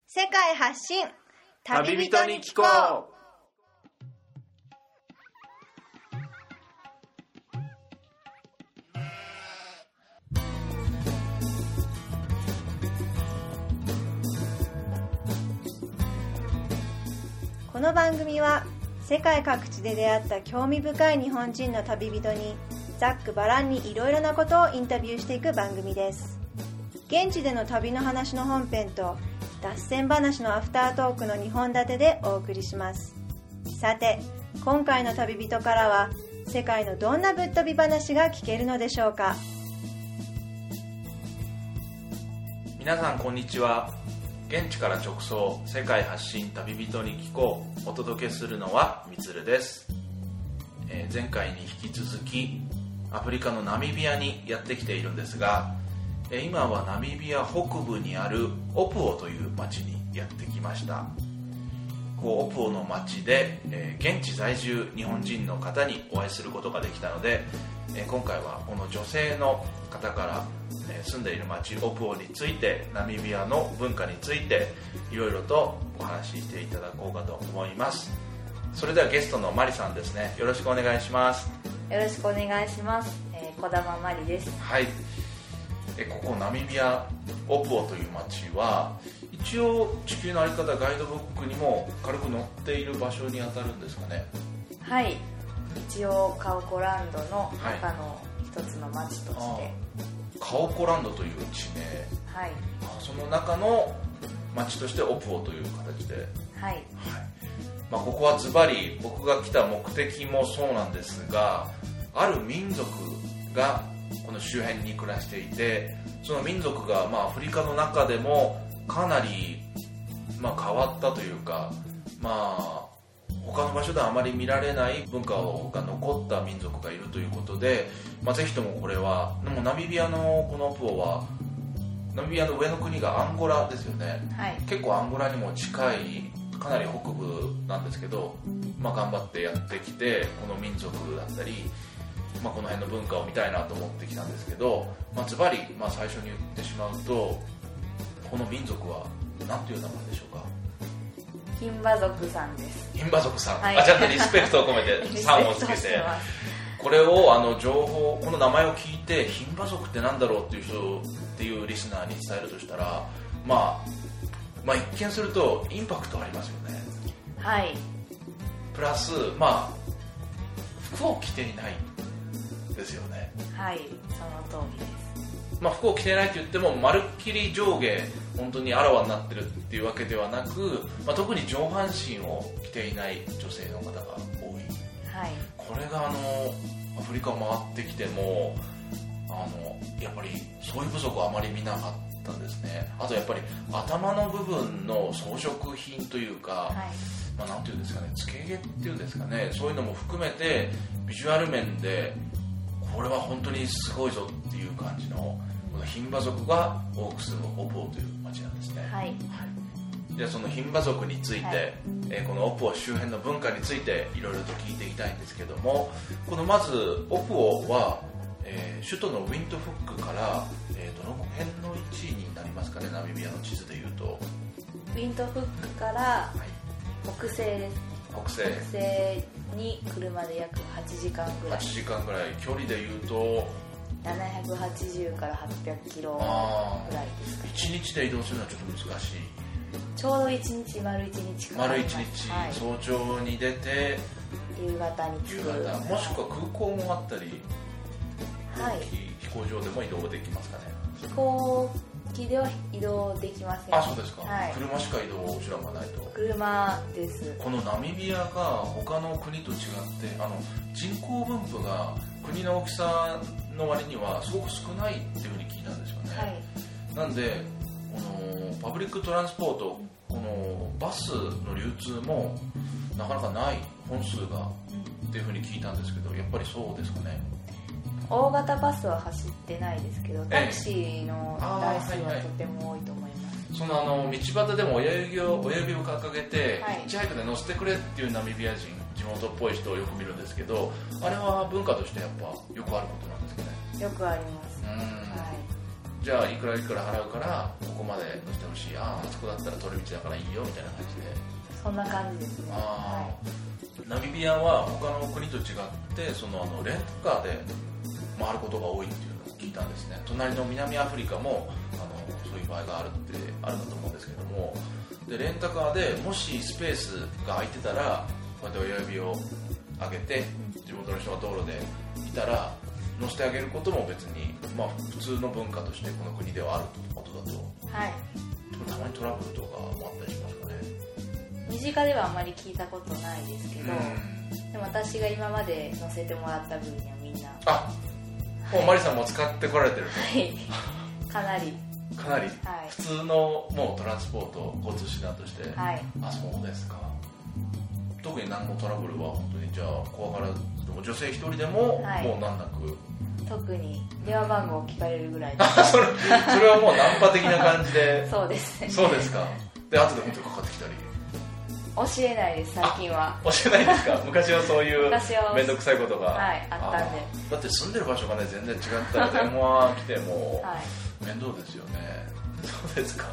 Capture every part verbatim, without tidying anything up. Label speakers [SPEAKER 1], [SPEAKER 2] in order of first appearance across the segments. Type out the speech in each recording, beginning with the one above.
[SPEAKER 1] 世界発信
[SPEAKER 2] 旅人に聞こう。
[SPEAKER 1] この番組は世界各地で出会った興味深い日本人の旅人にざっくばらんにいろいろなことをインタビューしていく番組です。現地での旅の話の本編と脱線話のアフタートークのにほん立てでお送りします。さて、今回の旅人からは世界のどんなぶっ飛び話が聞けるのでしょうか。
[SPEAKER 2] 皆さんこんにちは。現地から直送世界発信旅人に聞こう。お届けするのはみつるです、えー、前回に引き続きアフリカのナミビアにやってきているんですが、えー、今はナミビア北部にあるオプオという町にやってきました。こうオプオの町で、えー、現地在住日本人の方にお会いすることができたので、えー、今回はこの女性の方から住んでいる町オプオについて、ナミビアの文化についていろいろとお話ししていただこうかと思います。それではゲストのマリさんですね、よろしくお願いします。
[SPEAKER 3] よろしくお願いします。えー、小玉マリです。
[SPEAKER 2] はい。えここナミビアオプオという町は一応地球の歩き方ガイドブックにも軽く載っている場所にあたるんですかね。
[SPEAKER 3] はい、一応カオコランドの中の一つの町として、はい、
[SPEAKER 2] カオコランドという地名、はい、その中の町としてオプオという形で、はいはい、まあ、ここはズバリ僕が来た目的もそうなんですが、ある民族がこの周辺に暮らしていて、その民族がまあアフリカの中でもかなりまあ変わったというか、まあ他の場所ではあまり見られない文化が残った民族がいるということで、まあ、ぜひともこれはでもナミビアのこのオプオはナミビアの上の国がアンゴラですよね、はい、結構アンゴラにも近いかなり北部なんですけど、まあ、頑張ってやってきてこの民族だったり、まあ、この辺の文化を見たいなと思ってきたんですけど、まあ、ズバリ、まあ、最初に言ってしまうとこの民族は何という名前でしょうか。
[SPEAKER 3] ヒンバ族さんです。
[SPEAKER 2] ヒンバ族さん、はい、あ、ちゃんとリスペクトを込めてさんをつけてこれをあの情報この名前を聞いてヒンバ族ってなんだろうっていう人っていうリスナーに伝えるとしたら、まあ、まあ一見するとインパクトありますよね。
[SPEAKER 3] はい。
[SPEAKER 2] プラスまあ服を着ていないですよね。
[SPEAKER 3] はい、その通りです。
[SPEAKER 2] まあ、服を着ていないと言ってもまるっきり上下本当にあらわになってるっていうわけではなく、まあ、特に上半身を着ていない女性の方が多い、はい、これがあのアフリカを回ってきてもあのやっぱりそういう部族はあまり見なかったんですね。あとやっぱり頭の部分の装飾品というか、はい、まあ、なんていうんですかね、付け毛っていうんですかね、そういうのも含めてビジュアル面でこれは本当にすごいぞっていう感じのヒンバ族が多く住むオプオという町なんですね。はい、はい、ではそのヒンバ族について、はい、えー、このオプオ周辺の文化についていろいろと聞いていきたいんですけども、このまずオプオは、えー、首都のウィントフックから、えー、どの辺の位置になりますかね、ナミビアの地図でいうと。
[SPEAKER 3] ウィントフックから北西ですね。
[SPEAKER 2] 北西
[SPEAKER 3] 北西に車で約はちじかんぐらい。
[SPEAKER 2] はちじかんぐらい。距離でいうと
[SPEAKER 3] ななひゃくはちじゅうからはっぴゃくキロぐらいですかね。
[SPEAKER 2] いちにちで移動するのはちょっと難しい。
[SPEAKER 3] ちょうどいちにち丸いちにちかか
[SPEAKER 2] 丸
[SPEAKER 3] ります。
[SPEAKER 2] いちにち、
[SPEAKER 3] はい、
[SPEAKER 2] 早朝に出て
[SPEAKER 3] 夕方に着く。
[SPEAKER 2] 夕方、もしくは空港もあったり、
[SPEAKER 3] はい、
[SPEAKER 2] 飛行場でも移動できますかね。
[SPEAKER 3] 飛行機では移動できません。
[SPEAKER 2] あ、そうですか、
[SPEAKER 3] はい、
[SPEAKER 2] 車しか移動手段がないと。
[SPEAKER 3] 車です。
[SPEAKER 2] このナミビアが他の国と違ってあの人口分布が国の大きさの割にはすごく少ないっていうふうに聞いたんですよね、はい、なんでこのパブリックトランスポート、このバスの流通もなかなかない本数がっていうふうに聞いたんですけど、やっぱりそうですかね。
[SPEAKER 3] 大型バスは走ってないですけど、タクシーの台数はとても多いと思います。
[SPEAKER 2] そのあの道端でも親指を親指を掲げて、はい、ヒッチハイクで乗せてくれっていうナミビア人、地元っぽい人をよく見るんですけど、あれは文化としてやっぱよくあることなんですかね。
[SPEAKER 3] よくあります。うん、は
[SPEAKER 2] い。 じゃあいくらいくら払うからここまで乗せてほしい、ああそこだったら通り道だからいいよみたいな感じで。
[SPEAKER 3] そんな感じですね。あ、はい、
[SPEAKER 2] ナミビアは他の国と違ってそのあのレンタカーで回ることが多いっていうのを聞いたんですね。隣の南アフリカもあのそういう場合があるってあるんだと思うんですけども、でレンタカーでもしスペースが空いてたらこうやって親指を上げて地元の人が道路でいたら乗せてあげることも別に、まあ、普通の文化としてこの国ではあることだと。
[SPEAKER 3] はい。
[SPEAKER 2] たまにトラブルとかもあったりしますかね。
[SPEAKER 3] 身近ではあまり聞いたことないですけど、でも私が今まで乗せてもらった分にはみんな、
[SPEAKER 2] あ、はい、もうマリさんも使ってこられてると。
[SPEAKER 3] はい。かなり。
[SPEAKER 2] かなり、はい、普通のもうトランスポート交通手段として。
[SPEAKER 3] はい。
[SPEAKER 2] あ、そうですか。特に何のトラブルは本当にじゃあ怖がらずでも女性一人でも、はい、もう難なく。
[SPEAKER 3] 特に電話番号を聞かれるぐらい
[SPEAKER 2] でそれそれはもうナンパ的な感じで。
[SPEAKER 3] そうですね。
[SPEAKER 2] そうですか。で後で本当にかかってきたり。
[SPEAKER 3] 教えないです最近は。
[SPEAKER 2] 教えないですか。昔はそういう面倒くさいことが、
[SPEAKER 3] はい、あったんで。
[SPEAKER 2] だって住んでる場所がね全然違ったら電話来ても面倒ですよね。そうですか、はい、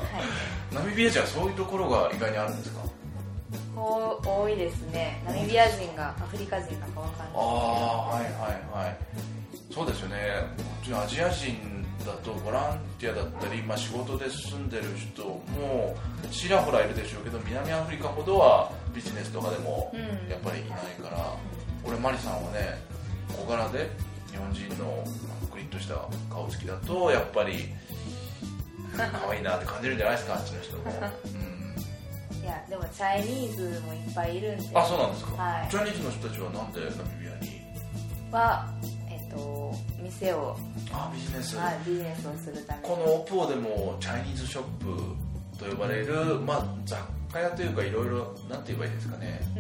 [SPEAKER 2] ナミビア人はそういうところが意外にあるんですか。
[SPEAKER 3] こう多いですね。ナミビア人がアフリカ人なのかわかんない。
[SPEAKER 2] ああ、はいはいはい。そうですよね。アジア人だとボランティアだったり、まあ、仕事で住んでる人もちらほらいるでしょうけど、南アフリカほどはビジネスとかでもやっぱりいないから、うん、俺マリさんはね小柄で日本人のクリッとした顔つきだとやっぱり可愛いなって感じるんじゃないですか、あっちの人も、
[SPEAKER 3] うん、いやでもチャイニーズもいっぱいいるんで。
[SPEAKER 2] あ、そうなんですか、
[SPEAKER 3] はい、
[SPEAKER 2] チャイニーズの人たちはなんでナミビアに
[SPEAKER 3] は、えっと、店を
[SPEAKER 2] あビジネス、
[SPEAKER 3] はい、ビジネスをするために。
[SPEAKER 2] このオプオでもチャイニーズショップと呼ばれる、まあ、雑貨屋というかいろいろなんて言えばいいですかね、
[SPEAKER 3] うん、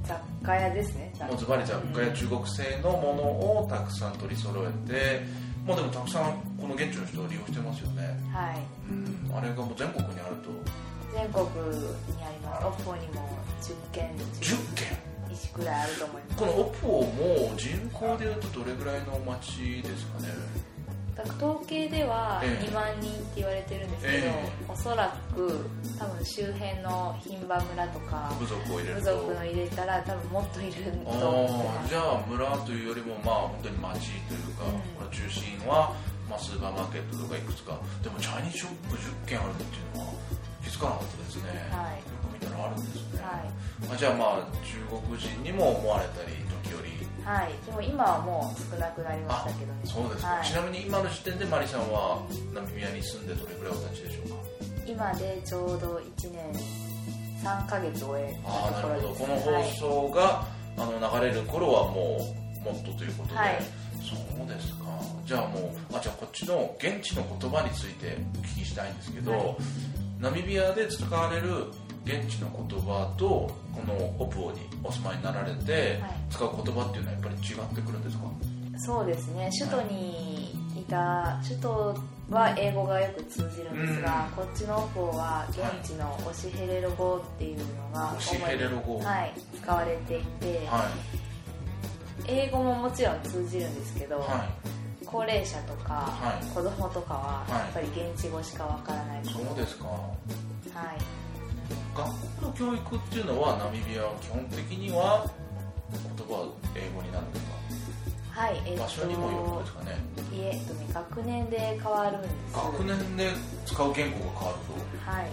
[SPEAKER 3] 雑貨屋ですね。
[SPEAKER 2] もうズバリ雑貨屋、中国製のものをたくさん取り揃えて、もうでもたくさんこの現地の人を利用してますよね。
[SPEAKER 3] はい、
[SPEAKER 2] うん、あれがもう全国にあると。
[SPEAKER 3] 全国にあります。オプオにもじゅっけん
[SPEAKER 2] じゅっけん
[SPEAKER 3] 石くらいあると思います。
[SPEAKER 2] このオプオも人口でいうとどれぐらいの町ですかね。
[SPEAKER 3] 統計ではにまんにんって言われてるんですけど、えー、おそらく多分周辺の牝馬村とか
[SPEAKER 2] 部族を入れる
[SPEAKER 3] と部族の入れたら多分もっといると思
[SPEAKER 2] う。じゃあ村というよりもまあ本当に町というか、うん、この中心は、まあ、スーパーマーケットとかいくつか。でもチャイニーズショップじゅっけんあるっていうのは気づかなかったですね、はい、よく見たらあるんですね、はい。まあ、じゃあまあ中国人にも思われたり時折。
[SPEAKER 3] はい、でも今はもう少なくなりましたけどね。
[SPEAKER 2] そうですか、はい、ちなみに今の時点でマリさんはナミビアに住んでどれくらいお経ちでしょうか。
[SPEAKER 3] 今でちょうどいちねんさんかげつ終えたところです。
[SPEAKER 2] あ、なるほど。この放送が、はい、あの流れる頃はもうもっとということで、はい、そうですか。じゃあもうあじゃあこっちの現地の言葉についてお聞きしたいんですけど、はい、ナミビアで使われる現地の言葉とこのオプオにお住まいになられて使う言葉っていうのはやっぱり違ってくるんですか。
[SPEAKER 3] そうですね。首都にいた首都は英語がよく通じるんですが、うん、こっちのオプオは現地のオシヘレロ語っていうのが
[SPEAKER 2] 主に、
[SPEAKER 3] はい、使われていて、はい、英語ももちろん通じるんですけど、はい、高齢者とか、はい、子供とかはやっぱり現地語しかわからない、はい、
[SPEAKER 2] そうですか。
[SPEAKER 3] はい。
[SPEAKER 2] 学校の教育っていうのはナミビアは基本的には言葉は英語になるんですか。
[SPEAKER 3] はい、えー、
[SPEAKER 2] 場所にもよるんですかね。
[SPEAKER 3] いえ、えっとね、学年で変わるんです。
[SPEAKER 2] 学年で使う言語が変わる
[SPEAKER 3] と。はい、はい、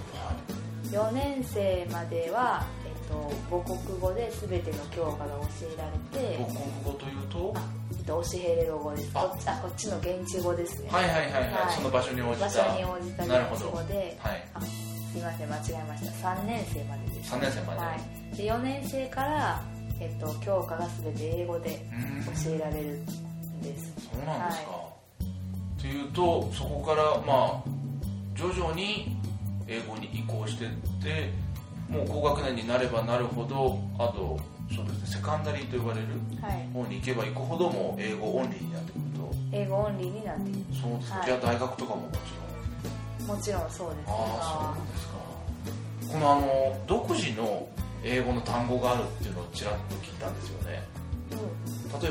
[SPEAKER 3] よねんせいまでは、えっと、母国語で全ての教科が教えられて。
[SPEAKER 2] 母国語というと、
[SPEAKER 3] あ、えっと、オシヘレロ語です。こっち、あ、こっちの現地語ですね。
[SPEAKER 2] はいはいはいはい、はい、その場所に応じた
[SPEAKER 3] 場所に応じた現地語で、
[SPEAKER 2] はい、
[SPEAKER 3] あ、すいません間違えました。さんねんせいまでです。
[SPEAKER 2] さんねんせいまで、
[SPEAKER 3] はい、でよねんせいから、えっと、教科が全て英語で教えられるんです。
[SPEAKER 2] そうなんですか、はい、というとそこからまあ徐々に英語に移行していってもう高学年になればなるほどあとそうですねセカンダリーと呼ばれる方に行けば行くほども英語オンリーになってくると。
[SPEAKER 3] 英語オンリーになってくる。
[SPEAKER 2] そうですか、はい、じゃあ大学とかももち
[SPEAKER 3] ろんもちろんそうですね。
[SPEAKER 2] ああそうですか。このあの独自の英語の単語があるっていうのをちらっと聞いたんですよね、うん、例えば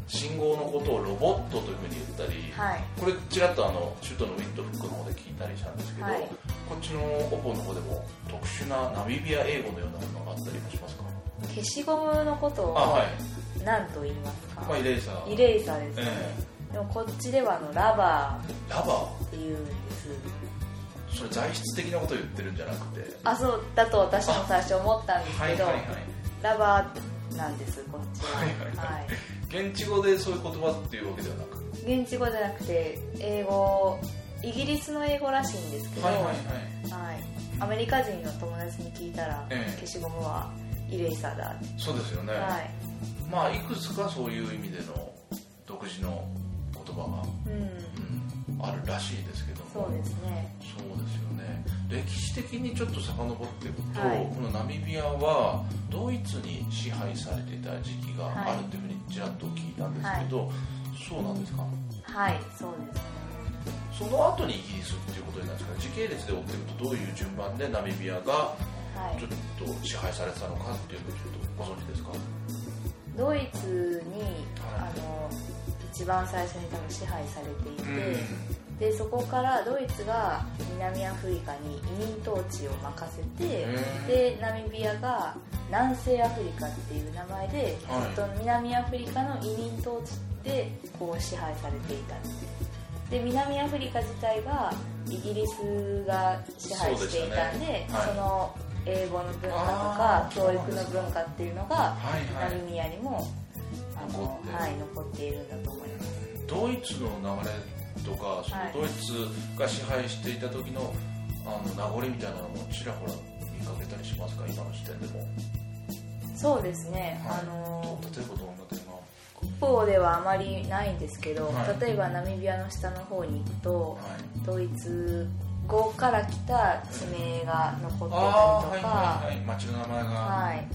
[SPEAKER 2] 信号のことをロボットというふうに言ったり、はい、これちらっとあの首都のウィンドフックの方で聞いたりしたんですけど、はい、こっちのオポの方でも特殊なナミビア英語のようなものがあったりもしますか？
[SPEAKER 3] 消しゴムのことを何と言いますか？
[SPEAKER 2] まあ、イレーサー
[SPEAKER 3] イレーサーですね、えー、でもこっちではあのラバ
[SPEAKER 2] ーラバー
[SPEAKER 3] っていうんです。
[SPEAKER 2] それ材質的なことを言ってるんじゃなくて、
[SPEAKER 3] あ、そうだと私も最初思ったんですけど、はいはいはい、ラバーなんです、こっちは、はいはいはい、
[SPEAKER 2] 現地語でそういう言葉っていうわけではなく、
[SPEAKER 3] 現地語じゃなくて英語、イギリスの英語らしいんですけど、はいはいはいはい、アメリカ人の友達に聞いたら、ええ、消しゴムはイレーサーだ。
[SPEAKER 2] そうですよね、はい、まあいくつかそういう意味での独自の言葉が、うんうん、あるらしいですけども。
[SPEAKER 3] そうですね、
[SPEAKER 2] そうですよね。歴史的にちょっと遡っていくと、はい、このナミビアはドイツに支配されていた時期があるというふうにちらっと聞いたんですけど、はい、そうなんですか？
[SPEAKER 3] はい、そうですね。
[SPEAKER 2] その後にイギリスっていうことになるんですか？時系列で追っていくとどういう順番でナミビアがちょっと支配されてたのかっていうのをちょっとご存知ですか？
[SPEAKER 3] ドイツに、はい、あの一番最初に多分支配されていて、うん、でそこからドイツが南アフリカに移民統治を任せて、でナミビアが南西アフリカっていう名前で、はい、ずっと南アフリカの移民統治でこう支配されていたんです。で南アフリカ自体がイギリスが支配していたん で, そ, で、ねはい、その英語の文化とか教育の文化っていうのが、はいはい、ナミビアにもあの残って、はい、残っているんだと思います。
[SPEAKER 2] ドイツの流れとか、そのドイツが支配していた時の、あの名残みたいなのもちらほら見かけたりしますか？今の時点でも。
[SPEAKER 3] そうですね、
[SPEAKER 2] はい、あの例えばどんな点が？
[SPEAKER 3] 北方ではあまりないんですけど、はい、例えばナミビアの下の方に行くと、はい、ドイツ語から来た地名が残ってたりとか、
[SPEAKER 2] あ、はいはいはい、町の名前が、
[SPEAKER 3] はい、うん、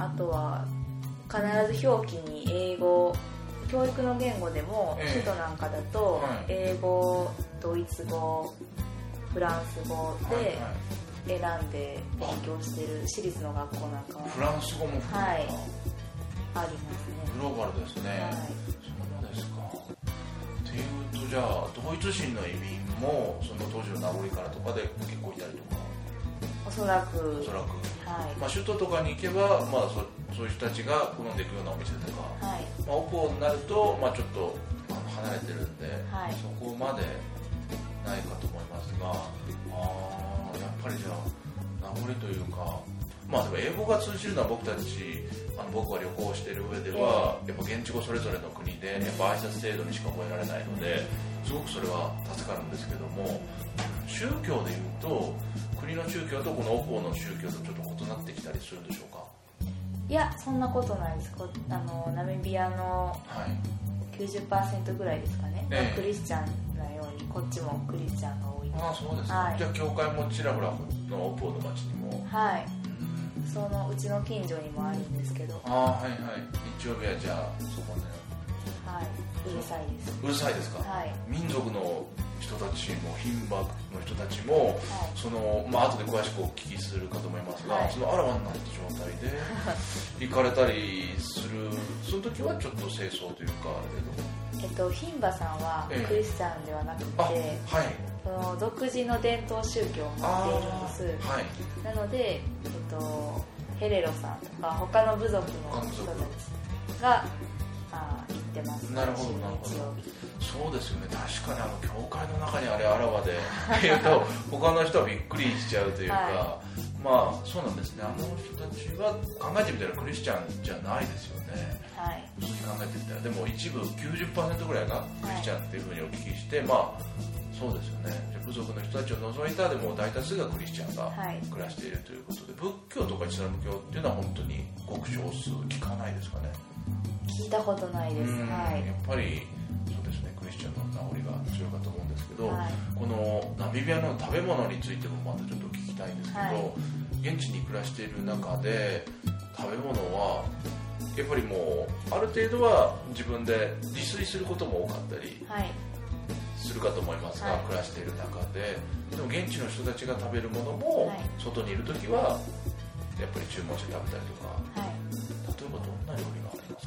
[SPEAKER 3] あとは必ず表記に英語、教育の言語でも、えー、首都なんかだと、はい、英語、ドイツ語、フランス語で選んで勉強している私立の学校なんかは
[SPEAKER 2] フランス語も含めた、
[SPEAKER 3] はい、ありますね。
[SPEAKER 2] グローバルですね、はい、そうですか。っていうと、じゃあドイツ人の移民もその当時の名残からとかで結構いたりとか？
[SPEAKER 3] おそらく
[SPEAKER 2] おそらく、
[SPEAKER 3] はい、
[SPEAKER 2] まあ、首都とかに行けば、まあ、そ, そういう人たちが好んでいくようなお店とか、はい、まあ、オポになると、まあ、ちょっとあの離れてるんで、はい、そこまでないかと思いますが、あやっぱりじゃあ名残というか、まあ、でも英語が通じるのは僕たち、あの僕が旅行している上では、えー、やっぱ現地語それぞれの国でやっぱ挨拶程度にしか覚えられないのですごくそれは助かるんですけども、宗教でいうと国の宗教とこのオポの宗教とちょっと異なってきたりするんでしょうか？
[SPEAKER 3] いや、そんなことないです。こあのナミビアのきゅうじゅっパーセントぐらいですかね、えー、クリスチャンなようにこっちもクリスチャンが多いです。
[SPEAKER 2] ああ、そうですか、はい、じゃあ教会もちらほらのオポの町にも、
[SPEAKER 3] はい、そのうちの近所にもあるんですけど、
[SPEAKER 2] ああ、はいはい、日曜日はじゃあそこね、
[SPEAKER 3] はい、うるさいです。
[SPEAKER 2] うるさいですか？
[SPEAKER 3] はい、民
[SPEAKER 2] 族の人たちも牝馬の人たちも、はい、そのまあ後で詳しくお聞きするかと思いますが、はい、そのあらわになった状態で行かれたりするその時はちょっと清掃というかあ
[SPEAKER 3] れで、えっと、牝馬さんはクリスチャンではなくて、
[SPEAKER 2] ええ、はい、
[SPEAKER 3] その独自の伝統宗教を持っているんです、はい、なので、えっと、ヘレロさんとか他の部族の人たちがあ行ってます。
[SPEAKER 2] なるほどなるほど。そうですよね。確かにあの教会の中にあれあらわで言うと他の人はびっくりしちゃうというか、はい、まあそうなんですね。あの人たちは考えてみたらクリスチャンじゃないですよね。はい。普通に考えてみたらでも一部 きゅうじゅっパーセント ぐらいがクリスチャンっていうふうにお聞きして、はい、まあそうですよね。部族の人たちを除いたでも大多数がクリスチャンが暮らしているということで、仏教とかイスラム教っていうのは本当にごく少数聞かないですかね。
[SPEAKER 3] 聞いたことないです。はい。
[SPEAKER 2] やっぱりそうですね。クリスチャンの名残が強いかと思うんですけど、はい、このナミビアの食べ物についてもまたちょっと聞きたいんですけど、はい、現地に暮らしている中で食べ物はやっぱりもうある程度は自分で自炊することも多かったり。はい、するかと思いますが、はい、暮らしている中ででも現地の人たちが食べるものも、はい、外にいるときはやっぱり注文して食べたりとか、はい、例えばどんな料理がありま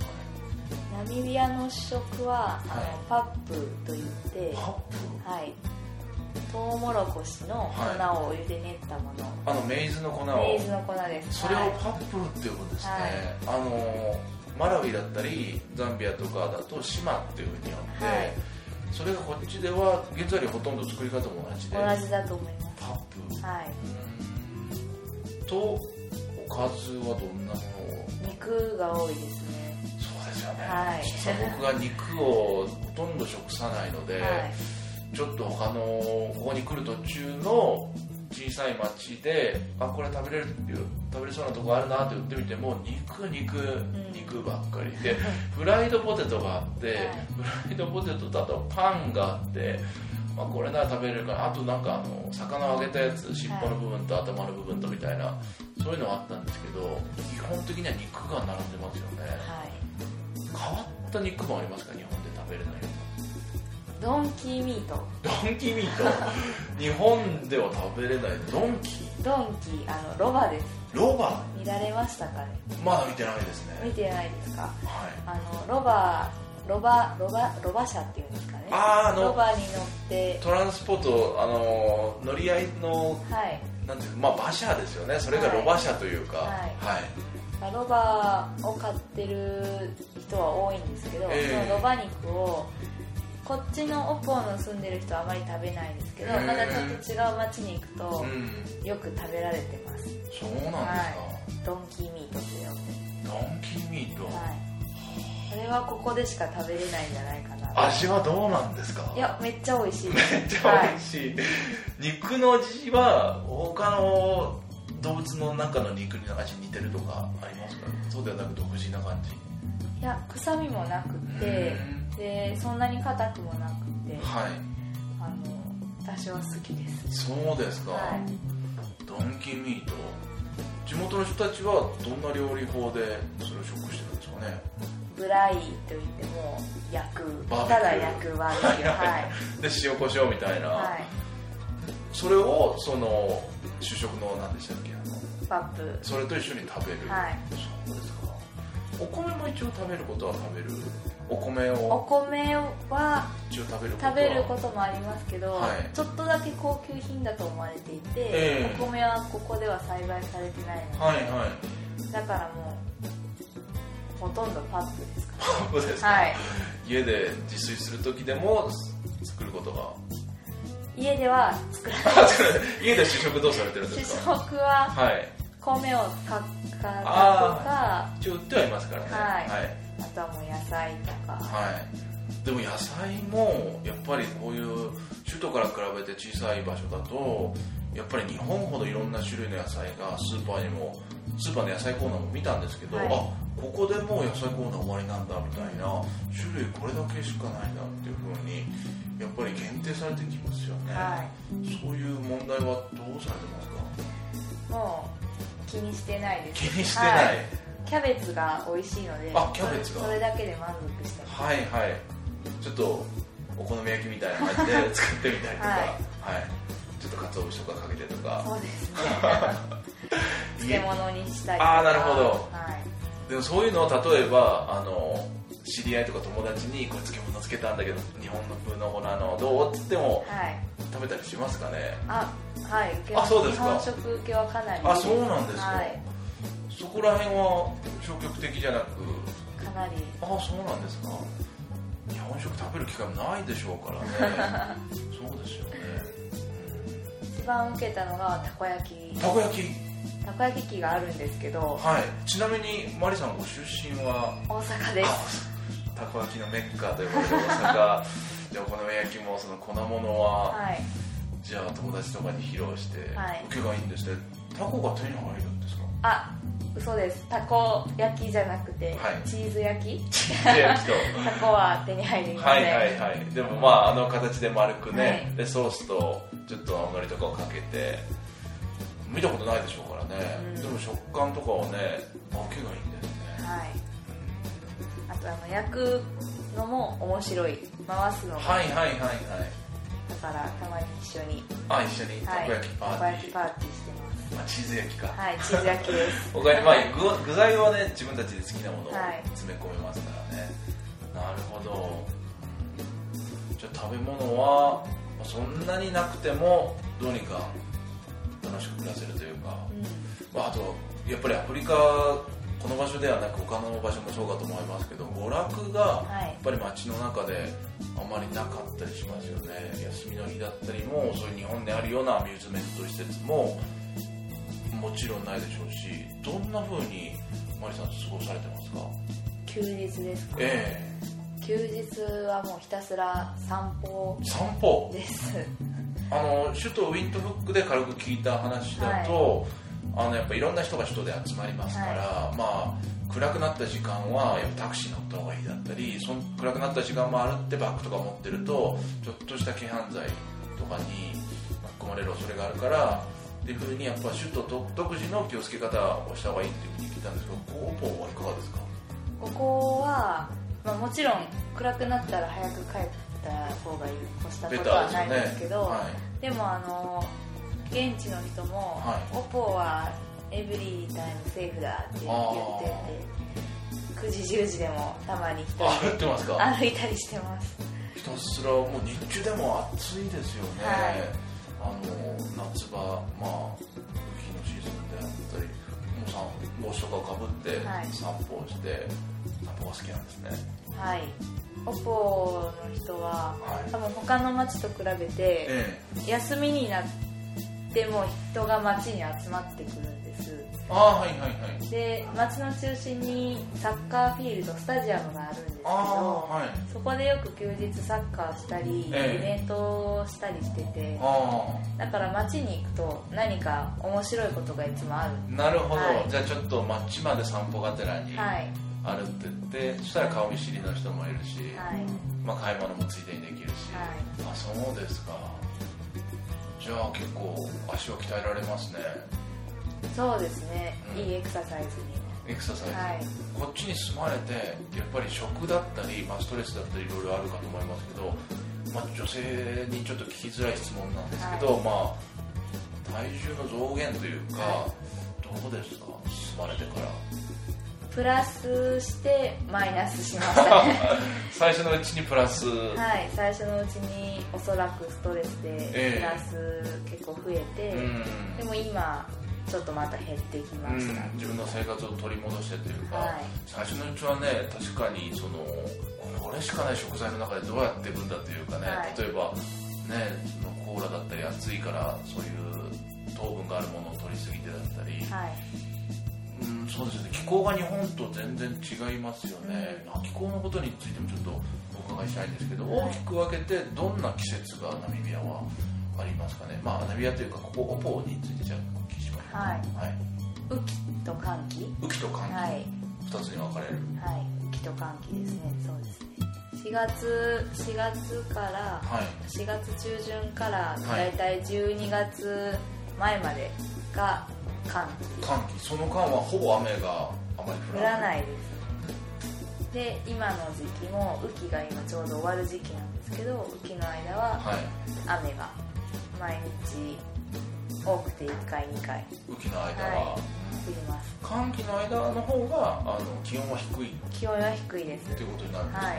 [SPEAKER 3] ナミビアの主食は、はい、あのパップといって
[SPEAKER 2] パップ、
[SPEAKER 3] はい、トウモロコシの粉をお湯で練ったもの、
[SPEAKER 2] はい、あのメイズの粉を
[SPEAKER 3] メイズの粉です。
[SPEAKER 2] それをパップって呼ぶんですね、はい、あのマラウイだったりザンビアとかだとシマっていうふうに呼んで、はい、それがこっちでは原材料ほとんど作り方も同じで
[SPEAKER 3] 同じだと思います。
[SPEAKER 2] パップ、
[SPEAKER 3] はい、
[SPEAKER 2] とおかずはどんなものを？
[SPEAKER 3] 肉が多いですね。
[SPEAKER 2] そうですよね、
[SPEAKER 3] はい、
[SPEAKER 2] 実は僕が肉をほとんど食さないので、はい、ちょっと他のここに来る途中の小さい町であこれ食べれる食べれそうなとこあるなって言ってみても肉肉、うん、肉ばっかりでフライドポテトがあって、はい、フライドポテトとあとパンがあって、まあ、これなら食べれるかなあとなんかあの魚を揚げたやつ尻尾の部分と頭の部分とみたいな、はい、そういうのがあったんですけど基本的には肉が並んでますよね、はい、変わった肉もありますか日本で食べれない
[SPEAKER 3] ドンキーミート
[SPEAKER 2] ドンキーミート日本では食べれないドンキー
[SPEAKER 3] ドンキーあのロバです。
[SPEAKER 2] ロバ
[SPEAKER 3] 見られましたかね？
[SPEAKER 2] まだ見てないですね。
[SPEAKER 3] 見てないですか？
[SPEAKER 2] はい、
[SPEAKER 3] あのロバロバロバロバ車っていうんですかね。
[SPEAKER 2] ああの
[SPEAKER 3] ロバに乗って
[SPEAKER 2] トランスポートあの乗り合いの、
[SPEAKER 3] はい、
[SPEAKER 2] なんていうまあ馬車ですよね。それがロバ車というか、はい
[SPEAKER 3] はいはい、ロバを飼ってる人は多いんですけど、えー、そのロバ肉をこっちのオポーの住んでる人はあまり食べないんですけど、まだちょっと違う町に行くと、うん、よく食べられてます。
[SPEAKER 2] そうなんですか、はい、
[SPEAKER 3] ドンキーミートって呼んで
[SPEAKER 2] ドンキーミート、
[SPEAKER 3] はい、それはここでしか食べれないんじゃないかな。
[SPEAKER 2] 味はどうなんですか？
[SPEAKER 3] いやめっちゃ美味しい。めっ
[SPEAKER 2] ちゃ美味しい、はい、肉の味は他の動物の中の肉の味に似てるとかありますか？そうではなく独自な感じ？
[SPEAKER 3] いや臭みもなくて、でそんなに硬くもなくて、
[SPEAKER 2] はい、
[SPEAKER 3] あの私は好きです。
[SPEAKER 2] そうですか、はい、ドンキーミート地元の人たちはどんな料理法でそれを食してるんですかね？
[SPEAKER 3] ブライといっても焼くただ焼くバーベキュー、はい、
[SPEAKER 2] で塩コショウみたいな、はい、それをその主食の何でしたっけ
[SPEAKER 3] パップ
[SPEAKER 2] それと一緒に食べる、
[SPEAKER 3] はい、
[SPEAKER 2] そうですか。お米も一応食べることは食べるお米を
[SPEAKER 3] お米は
[SPEAKER 2] 一応食べること
[SPEAKER 3] 食べることもありますけど、はい、ちょっとだけ高級品だと思われていて、えー、お米はここでは栽培されてないので、
[SPEAKER 2] はいはい、
[SPEAKER 3] だからもうほとんどパップですか、ね、
[SPEAKER 2] パップですか、はい、家で自炊する時でも作ることが
[SPEAKER 3] 家では作らない
[SPEAKER 2] 家で主食どうされてるんですか？
[SPEAKER 3] 主食は、はい、米を使ったとか
[SPEAKER 2] 一応売ってはいますからね、
[SPEAKER 3] はいはい、あとはもう野菜とか、
[SPEAKER 2] はい、でも野菜もやっぱりこういう首都から比べて小さい場所だとやっぱり日本ほどいろんな種類の野菜がスーパーにもスーパーの野菜コーナーも見たんですけど、はい、あここでもう野菜コーナー終わりなんだみたいな種類これだけしかないなっていう風にやっぱり限定されてきますよね、はい、そういう問題はどうされてますか？
[SPEAKER 3] もう気にしてないです。
[SPEAKER 2] 気にしてない、はい、
[SPEAKER 3] キャベツが美味しいので、
[SPEAKER 2] あキャベツが
[SPEAKER 3] それだけで満足してます。
[SPEAKER 2] はいはい、ちょっとお好み焼きみたいな感じで作ってみたりとか、はいはい、ちょっと鰹節とかかけてとか、
[SPEAKER 3] そうですね漬物にしたりとか、
[SPEAKER 2] ああなるほど、はい、でもそういうのを例えばあの知り合いとか友達にこれ漬物つけたんだけど日本の風のほらのどうって言っても、はい、食べたりしますかね？
[SPEAKER 3] あはい、
[SPEAKER 2] あそうですか。
[SPEAKER 3] 日本食受けはかなり
[SPEAKER 2] あそうなんですか、はい、そこら辺は消極的じゃなく
[SPEAKER 3] かなり
[SPEAKER 2] あそうなんですか。日本食食べる機会もないでしょうからねそうですよね、
[SPEAKER 3] うん、一番受けたのがたこ焼き
[SPEAKER 2] たこ焼き
[SPEAKER 3] たこ焼き器があるんですけど、
[SPEAKER 2] はい、ちなみにマリさんご出身は
[SPEAKER 3] 大阪です。
[SPEAKER 2] たこ焼きのメッカと呼ばれる大阪じゃあお好み焼きもその粉物は、はい、じゃあ友達とかに披露して、はい、受けがいいんですね。タコが手に入るんですか？
[SPEAKER 3] あ嘘です。たこ焼きじゃなくて、はい、チーズ焼き
[SPEAKER 2] チーズ焼きと
[SPEAKER 3] たこは手に入りません。
[SPEAKER 2] はいはいはい。でもまああの形で丸くね、はい、でソースとちょっと青のりとかをかけて見たことないでしょうからね、うん、でも食感とかはね受けがいいんですね。はい。
[SPEAKER 3] あとあの焼くのも面白い、回すのも
[SPEAKER 2] はいはいはいはい。
[SPEAKER 3] だからたまに一緒に
[SPEAKER 2] あ一緒にたこ焼きパーティー、
[SPEAKER 3] はい、たこ焼きパーティーしてます。
[SPEAKER 2] まあ、チーズ焼きか
[SPEAKER 3] はいチーズ焼きです
[SPEAKER 2] 他に、まあ、具, 具材はね自分たちで好きなものを詰め込めますからね、 なるほど。じゃあ食べ物はそんなになくてもどうにか楽しく暮らせるというか、うん、まあ、あとやっぱりアフリカ、この場所ではなく他の場所もそうかと思いますけど、娯楽がやっぱり街の中であまりなかったりしますよね。休みの日だったりもそういう日本であるようなアミューズメント施設ももちろんないでしょうし、どんな風にマリさん過ごされてますか？
[SPEAKER 3] 休日ですか？
[SPEAKER 2] え
[SPEAKER 3] えー、休日はもうひたすら散歩
[SPEAKER 2] 散歩
[SPEAKER 3] です
[SPEAKER 2] あの首都ウィントフックで軽く聞いた話だと、はい、あのやっぱいろんな人が首都で集まりますから、はい、まあ暗くなった時間はやっぱタクシー乗った方がいいだったり、その暗くなった時間も歩ってバッグとか持ってるとちょっとした軽犯罪とかに巻き込まれる恐れがあるからっていう風に、やっぱ首都独自の気をつけ方をした方がいいっていう風に聞いたんですけど、ここはいかがですか？
[SPEAKER 3] ここは、まあ、もちろん暗くなったら早く帰った方がいい、越したことはないんですけど、で, ねはい、でもあの現地の人も、はい、オポはエブリータイムセーフだって言ってて、くじじゅうじでもたまに一人で歩いたりしてます。
[SPEAKER 2] ひたすらもう日中でも暑いですよね、はい、あの夏場、まあ雪のシーズンであったり、もうさ帽子とかをかぶって散歩をして、はい、散歩が好きなんですね。
[SPEAKER 3] はい、オポの人は、はい、多分他の町と比べて、ええ、休みになっても人が町に集まってくるんです。
[SPEAKER 2] あ、はいはいはい。
[SPEAKER 3] で、町の中心にサッカーフィールド、スタジアムがあるんですけど、はい、そこでよく休日サッカーしたり、ええ、イベントをしたりしてて、だから町に行くと何か面白いことがいつもある。
[SPEAKER 2] なるほど、はい、じゃあちょっと町まで散歩がてらに、はい、歩ってって、そしたら顔見知りの人もいるし、はい、まあ、買い物もついでにできるし、はい、あ、そうですか。じゃあ結構足を鍛えられますね。
[SPEAKER 3] そうですね、うん、いいエクササイズに。
[SPEAKER 2] エクササイズ、はい、こっちに住まれてやっぱり食だったり、まあ、ストレスだったりいろいろあるかと思いますけど、まあ、女性にちょっと聞きづらい質問なんですけど、はい、まあ、体重の増減というか、はい、どうですか、住まれてから。
[SPEAKER 3] プラスしてマイナスしましたね
[SPEAKER 2] 最初のうちにプラス。
[SPEAKER 3] はい、最初のうちにおそらくストレスでプラス結構増えて、えー、でも今ちょっとまた減ってきました、
[SPEAKER 2] うん、自分の生活を取り戻してというか、はい、最初のうちはね、確かにそのこれしかない食材の中でどうやっていくんだというかね、はい、例えばね、コーラだったり暑いからそういう糖分があるものを取りすぎてだったり、はい、うん、そうですね、気候が日本と全然違いますよね、うん、気候のことについてもちょっとお伺いしたいんですけど、大きく分けてどんな季節がナミビアはありますかね。まあナミビアというかここオポについてじゃあお聞きしましょう。はい、はい、
[SPEAKER 3] 雨季と乾季、
[SPEAKER 2] 雨季と乾季、はい、ふたつに分かれる。
[SPEAKER 3] はい、雨季と乾季ですね、そうですね。しがつしがつから、はい、しがつ中旬からだいたいじゅうにがつまえまでが乾季。
[SPEAKER 2] 乾季、その間はほぼ雨があまり降らない。降らないです。
[SPEAKER 3] で、今の時期も雨季が今ちょうど終わる時期なんですけど、雨季の間は雨が毎日多くていっかいにかい、
[SPEAKER 2] 雨季の間は、はい、
[SPEAKER 3] 降ります。
[SPEAKER 2] 乾季の間の方があの気温は低い。
[SPEAKER 3] 気温は低いです。
[SPEAKER 2] ということになるんですね。はい、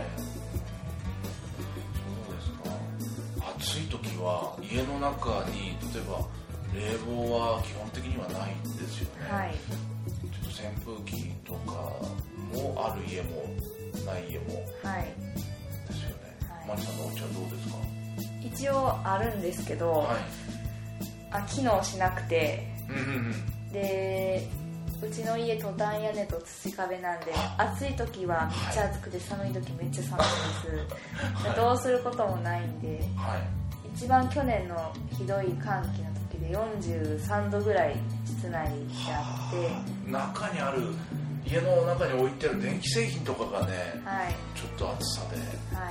[SPEAKER 2] そうですか。暑い時は家の中に例えば冷房は基本的にはないんですよね。はい、ちょっと扇風機とかもある家もない家も、はい、ですよね。はい、マリさんのお家はどうですか？
[SPEAKER 3] 一応あるんですけど、はい、あ、機能しなくて、うんうんうん、で、うちの家トタン屋根と土壁なんで、暑い時はめっちゃ暑くて、寒い時めっちゃ寒いです、はい、どうすることもないんで、はい、一番去年のひどい寒気の時でよんじゅうさんどぐらい室内であって、
[SPEAKER 2] 中にある家の中に置いてある電気製品とかがね、はい、ちょっと暑さで、
[SPEAKER 3] はい、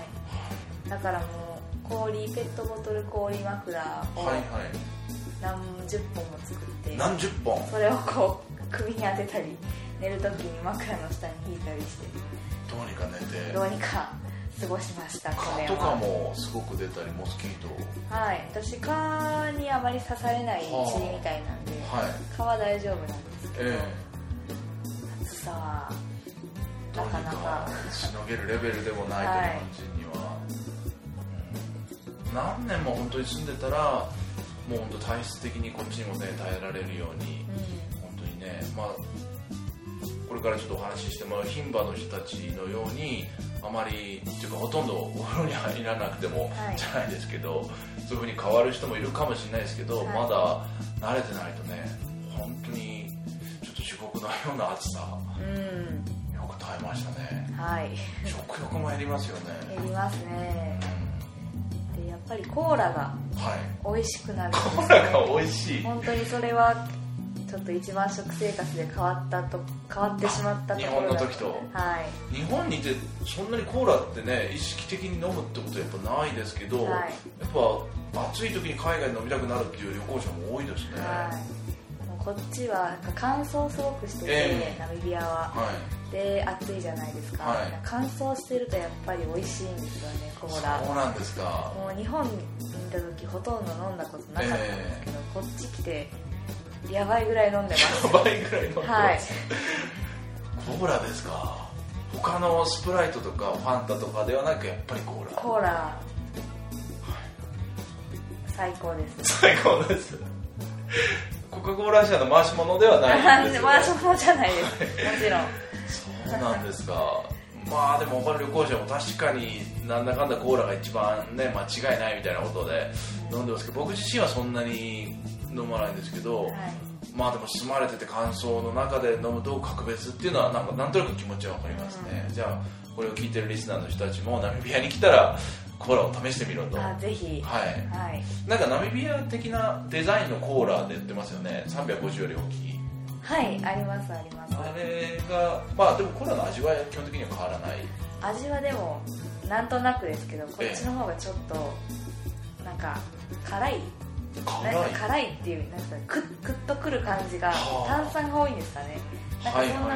[SPEAKER 3] だからもう氷、ペットボトル氷枕を何十本も作って、
[SPEAKER 2] 何十本
[SPEAKER 3] それをこう首に当てたり、寝る時に枕の下に引いたりして、
[SPEAKER 2] どうにか寝て、
[SPEAKER 3] どうにか過ごしました。
[SPEAKER 2] 蚊とかもすごく出たり、モスキート。
[SPEAKER 3] はい、私蚊にあまり刺されない地みたいなんで、はい、蚊は大丈夫なんですけど、えー、暑さは
[SPEAKER 2] なかなかしのげるレベルでもないと、はい、日本人には、うん、何年も本当に住んでたらもう本当体質的にこっちにもね耐えられるように、うん、本当にね、まあこれからちょっとお話ししてもらう牝馬の人たちのようにあまりっていうかほとんどお風呂に入らなくても、はい、じゃないですけどそういう風に変わる人もいるかもしれないですけど、はい、まだ慣れてないとね本当にちょっと地獄のような暑さ、うん、よく耐えましたね、はい、食欲も減りますよね。
[SPEAKER 3] 減りますね、うん、でやっぱりコーラが美味しくなるんですね、
[SPEAKER 2] コーラが美味しい。
[SPEAKER 3] 本当にそれはちょっと一番食生活で変わったと変わってしまったところ
[SPEAKER 2] 日本の時と、
[SPEAKER 3] はい、
[SPEAKER 2] 日本にいてそんなにコーラってね意識的に飲むってことはやっぱないですけど、はい、やっぱ暑い時に海外で飲みたくなるっていう旅行者も多いですね、はい、
[SPEAKER 3] もうこっちはなんか乾燥すごくしてて、えー、ナミビアは、はい、で暑いじゃないですか、はい、乾燥してるとやっぱり美味しいんですよねコーラ。
[SPEAKER 2] そうなんですか。
[SPEAKER 3] もう日本にいた時ほとんど飲んだことなかったんですけど、えー、こっち来てやばいぐらい飲んでます。
[SPEAKER 2] やばいぐらい飲んでます、はい、コーラですか。他のスプライトとかファンタとかではなくやっぱりコーラ。
[SPEAKER 3] コーラ、はい、最高です。
[SPEAKER 2] 最高です。コカ・コーラ社の回し物ではないんですよ、ね、
[SPEAKER 3] 回し物じゃないです、もちろ
[SPEAKER 2] ん。そうなんですか。まあでも他の旅行者も確かになんだかんだコーラが一番ね間違いないみたいなことで飲んでますけど、僕自身はそんなに飲まないんですけど、はい、まあでも住まれてて乾燥の中で飲むと格別っていうのはなんかなんとなく気持ちは分かりますね、うん、じゃあこれを聞いてるリスナーの人たちもナミビアに来たらコーラを試してみろと。
[SPEAKER 3] あ、ぜひ、
[SPEAKER 2] はい、はい、なんかナミビア的なデザインのコーラで売ってますよね。さんびゃくごじゅうより大きい。
[SPEAKER 3] はい、ありますあります。
[SPEAKER 2] あれがまあでもコーラの味は基本的には変わらない。
[SPEAKER 3] 味はでもなんとなくですけど、こっちの方がちょっとなんか辛い、
[SPEAKER 2] 辛い
[SPEAKER 3] なんか辛いっていうなんかクックッとくる感じが、炭酸が多いんですかね。なんかそんな、はいはいはい、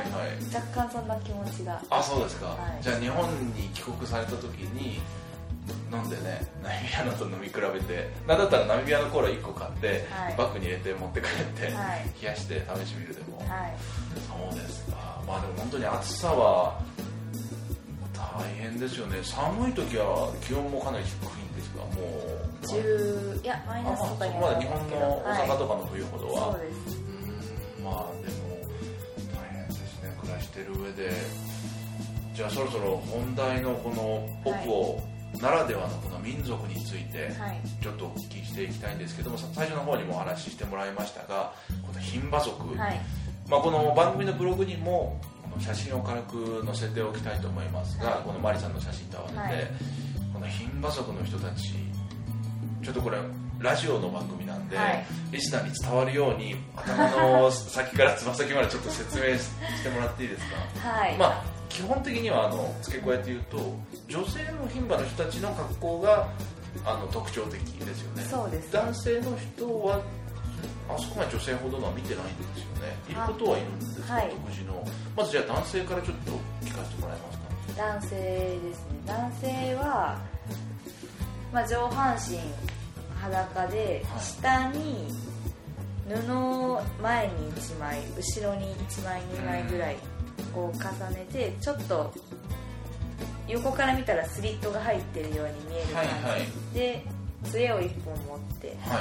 [SPEAKER 3] 若干そんな気持ちが。
[SPEAKER 2] あ、そうですか、はい、じゃあ日本に帰国された時に飲んでね、ナミビアのと飲み比べて、なんだったらナミビアのコーラいっこ買って、はい、バッグに入れて持って帰って、はい、冷やして試してみるでも、はい、そうですか。まあでも本当に暑さは大変ですよね。寒い時は気温もかなり低いんですか。もう
[SPEAKER 3] じゅう、いやマイナスとかに
[SPEAKER 2] は、まだ日本の大阪とかの冬ほどは、
[SPEAKER 3] はい、そうです。
[SPEAKER 2] うん、まあでも大変ですね、暮らしてる上で。じゃあそろそろ本題のこのオプオならではのこの民族についてちょっとお聞きしていきたいんですけども、最初の方にもお話ししてもらいましたが、この牝馬族、はい、まあ、この番組のブログにも写真を軽く載せておきたいと思いますが、はい、このマリさんの写真と合わせて、はい、この牝馬族の人たち、ちょっとこれラジオの番組なんで、はい、リスナーに伝わるように頭の先からつま先までちょっと説明してもらっていいですか。はい、まあ、基本的にはあの付け加えて言うと、女性の牝馬の人たちの格好があの特徴的ですよね。
[SPEAKER 3] そうです。
[SPEAKER 2] 男性の人はあそこまで女性ほどのは見てないんですよね。いることはいるんですか、はい、独自の。まずじゃあ男性からちょっと聞かせてもらえますか。
[SPEAKER 3] 男性ですね。男性は、まあ、上半身裸で、はい、下に布を前にいちまい、後ろにいちまいにまいぐらいこう重ねて、ちょっと横から見たらスリットが入ってるように見える感じ、はいはい、で杖をいっぽん持って、はい、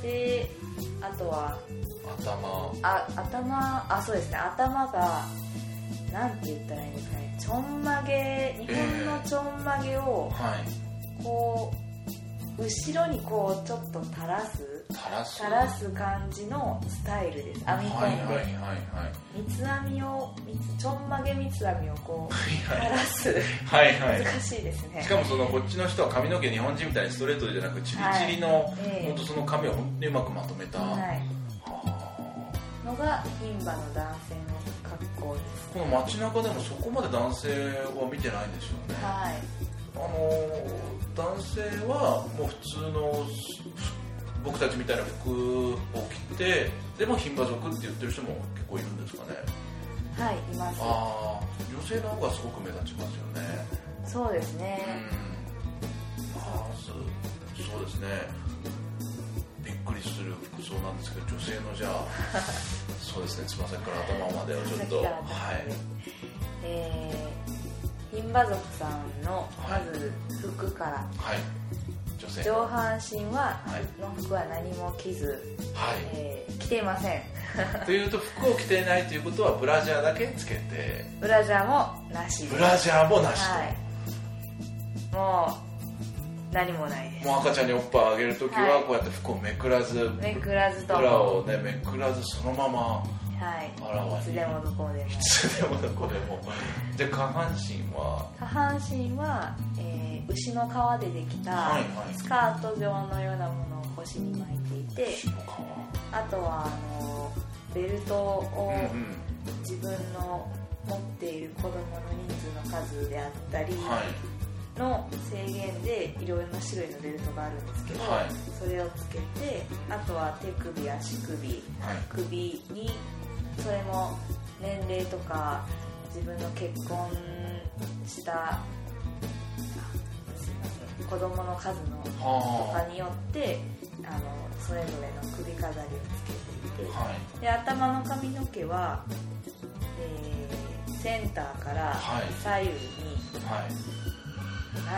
[SPEAKER 3] であとは
[SPEAKER 2] 頭
[SPEAKER 3] あ頭あそうですね、頭がなんて言ったらいいんですかね、ちょんまげ、日本のちょんまげをこう後ろにこうちょっと垂らす
[SPEAKER 2] 垂らす
[SPEAKER 3] 垂らす感じのスタイルです。編み込んで、はいはいはいはい、三つ編みをちょんまげ三つ編みをこう垂らすはい、はい、難しいですね。
[SPEAKER 2] しかもそのこっちの人は髪の毛日本人みたいにストレートじゃなくチリチリの、はい、えー、本当その髪を本当にうまくまとめた、はい、
[SPEAKER 3] のが牝馬の男性の格好です。
[SPEAKER 2] この街中でもそこまで男性は見てないんですよね。はい、あの男性はもう普通の僕たちみたいな服を着て、でも牝馬族って言ってる人も結構いるんですかね。
[SPEAKER 3] はい、います。
[SPEAKER 2] ああ、女性の方がすごく目立ちますよね。
[SPEAKER 3] そうですね、
[SPEAKER 2] うん、あそうそうですね、びっくりする服装なんですけど、女性のじゃあそうですね、つま先から頭までをちょっとはい、
[SPEAKER 3] ええー、牝馬族さんのまず服から、
[SPEAKER 2] はい、女性
[SPEAKER 3] 上半身は、はい、の服は何も着ず、はい、えー、着ていません
[SPEAKER 2] というと服を着ていないということはブラジャーだけつけて、
[SPEAKER 3] ブラジャーもなしです。
[SPEAKER 2] ブラジャーもなしと、
[SPEAKER 3] はい、もう何もないです。
[SPEAKER 2] もう赤ちゃんにおっぱいあげるときはこうやって服をめくらず、
[SPEAKER 3] めくらずと
[SPEAKER 2] ブラをねめくらずそのまま、
[SPEAKER 3] はい、
[SPEAKER 2] あらわに
[SPEAKER 3] いつでもどこでも、
[SPEAKER 2] いつでもどこでもで下半身は
[SPEAKER 3] 下半身は、えー、牛の皮でできたスカート状のようなものを腰に巻いていて、はいはい、
[SPEAKER 2] 牛の皮、
[SPEAKER 3] あとはあのベルトを自分の持っている子供の人数の数であったりの制限でいろいろな種類のベルトがあるんですけど、はい、それをつけて、あとは手首、足首、はい、首にそれも年齢とか自分の結婚した子供の数のとかによってあのそれぞれの首飾りをつけていて、はい、で頭の髪の毛は、えー、センターから左右に、はい、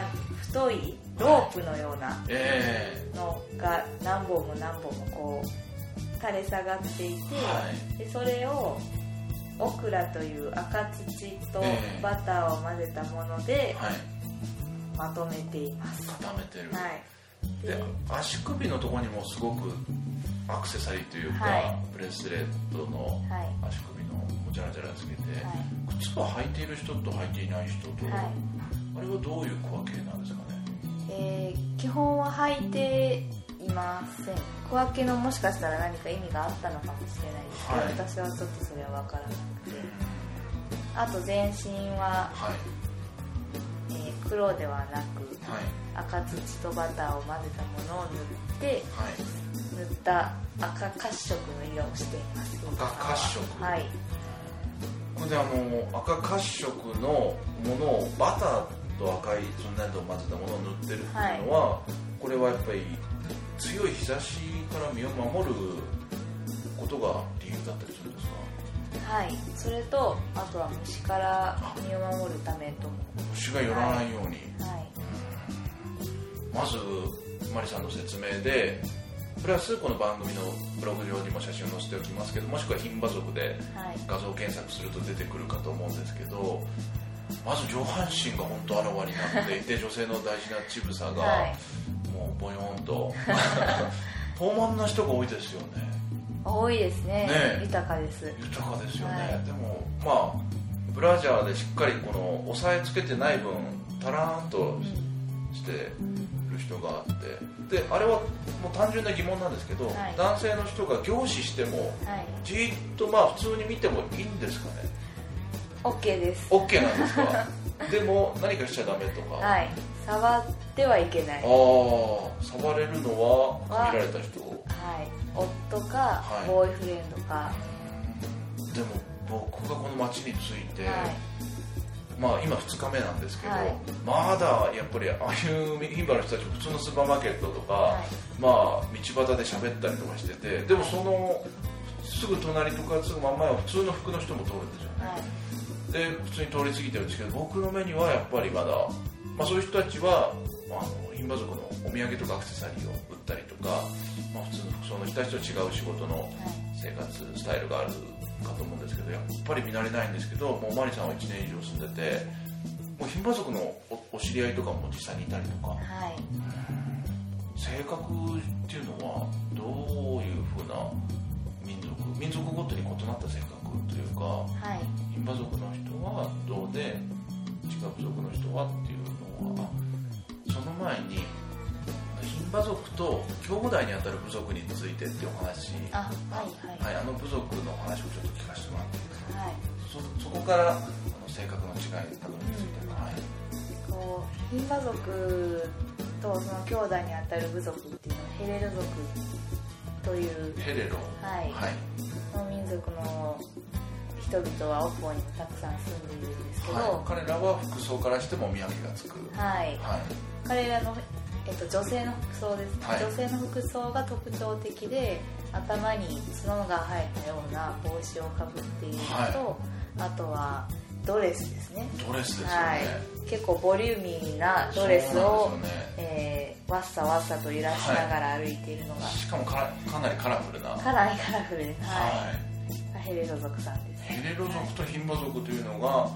[SPEAKER 3] なん太いロープのようなのが何本も何本もこう垂れ下がっていて、はい、でそれをオクラという赤土とバターを混ぜたものでまとめています。
[SPEAKER 2] 固めてる、
[SPEAKER 3] はい、
[SPEAKER 2] で足首のところにもすごくアクセサリーというか、はい、ブレスレットの足首のもちゃらちゃらつけて、はい、靴は履いている人と履いていない人と、はい、あれはどういう小分けなんですかね。
[SPEAKER 3] えー、基本は履いていません。小分けのもしかしたら何か意味があったのかもしれないですけど、はい、私はちょっとそれは分からなくて、あと全身は、はい、えー、黒ではなく、はい、赤土とバターを混ぜたものを塗って、はい、塗った赤褐色の色をしています。
[SPEAKER 2] 赤褐色、
[SPEAKER 3] はい、
[SPEAKER 2] これであの赤褐色のものをバターと赤いその粘土を混ぜたものを塗ってるっていうのは、はい、これはやっぱり強い日差しから身を守ることが理由だったりするんですか。
[SPEAKER 3] はい、それとあとは虫から身を守るためとも。
[SPEAKER 2] 虫が寄らないように、はいはい、まずマリさんの説明でプラスこの番組のブログ上にも写真を載せておきますけど、もしくは牝馬族で画像検索すると出てくるかと思うんですけど、まず上半身が本当あらわになっていて女性の大事な乳房が、はい、もうボヨンと豊満な人が多いですよね。
[SPEAKER 3] 多いです ね, ね豊かです
[SPEAKER 2] 豊かですよね、はい、でもまあブラジャーでしっかりこの押さえつけてない分タラーンとしてる人があって、であれはもう単純な疑問なんですけど、はい、男性の人が凝視しても、はい、じーっとまあ普通に見てもいいんですかね。
[SPEAKER 3] OK です。
[SPEAKER 2] OK なんですかでも何かしちゃダメとか、
[SPEAKER 3] はい、触ってはいけない。
[SPEAKER 2] ああ、触れるのは限られた人、
[SPEAKER 3] はい、夫か、はい、ボーイフレンドか。
[SPEAKER 2] でも僕がこの町に着いて、はい、まあ今ふつかめなんですけど、はい、まだやっぱりああいう牝馬の人たちも普通のスーパーマーケットとか、はい、まあ道端で喋ったりとかしてて、でもそのすぐ隣とかすぐ真ん前は普通の服の人も通るんですよね、はい、で普通に通り過ぎてるんですけど、僕の目にはやっぱりまだ、まあ、そういう人たちはあの牝馬族のお土産とかアクセサリーを売ったりとか、まあ、普通の服装の人たちと違う仕事の生活スタイルがあるかと思うんですけど、やっぱり見慣れないんですけど、もうマリさんはいちねん以上住んでて、もう牝馬族の お, お知り合いとかも実際にいたりとか、はい、性格っていうのはどういうふうな民族民族ごとに異なった性格というか、はい、牝馬族の人はどうで違う部族の人はっていうのは、その前に牝馬族と兄弟にあたる部族についてっていうお話、あ、はいはいはい、あの部族の話をちょっと聞かせてもらっていいですか。はい、そ, そこからあの性格の違いなどについて、うん、はい、こ
[SPEAKER 3] う牝馬族とその兄弟にあたる部族っていうのはヘレロ族という
[SPEAKER 2] ヘレロ、
[SPEAKER 3] はいはい、の民族の人々はオポーにもたくさん住んでいるんですけど、はい、
[SPEAKER 2] 彼らは服装からしても見分けがつく、
[SPEAKER 3] はい、はい、彼らのえっと、女性の服装です、はい、女性の服装が特徴的で、頭に角が生えたような帽子をかぶっていると、はい、あとは、 ドレスですね。
[SPEAKER 2] ドレスですよね、
[SPEAKER 3] はい、結構ボリューミーなドレスを、
[SPEAKER 2] ね
[SPEAKER 3] えー、わっさわっさと揺らしながら歩いているのが、はい、
[SPEAKER 2] しかも か, かなりカラフルな
[SPEAKER 3] かなりカラフルです、はいはい、ヘレロ族さんです。
[SPEAKER 2] ヘレロ族と牝馬族というのが、はい、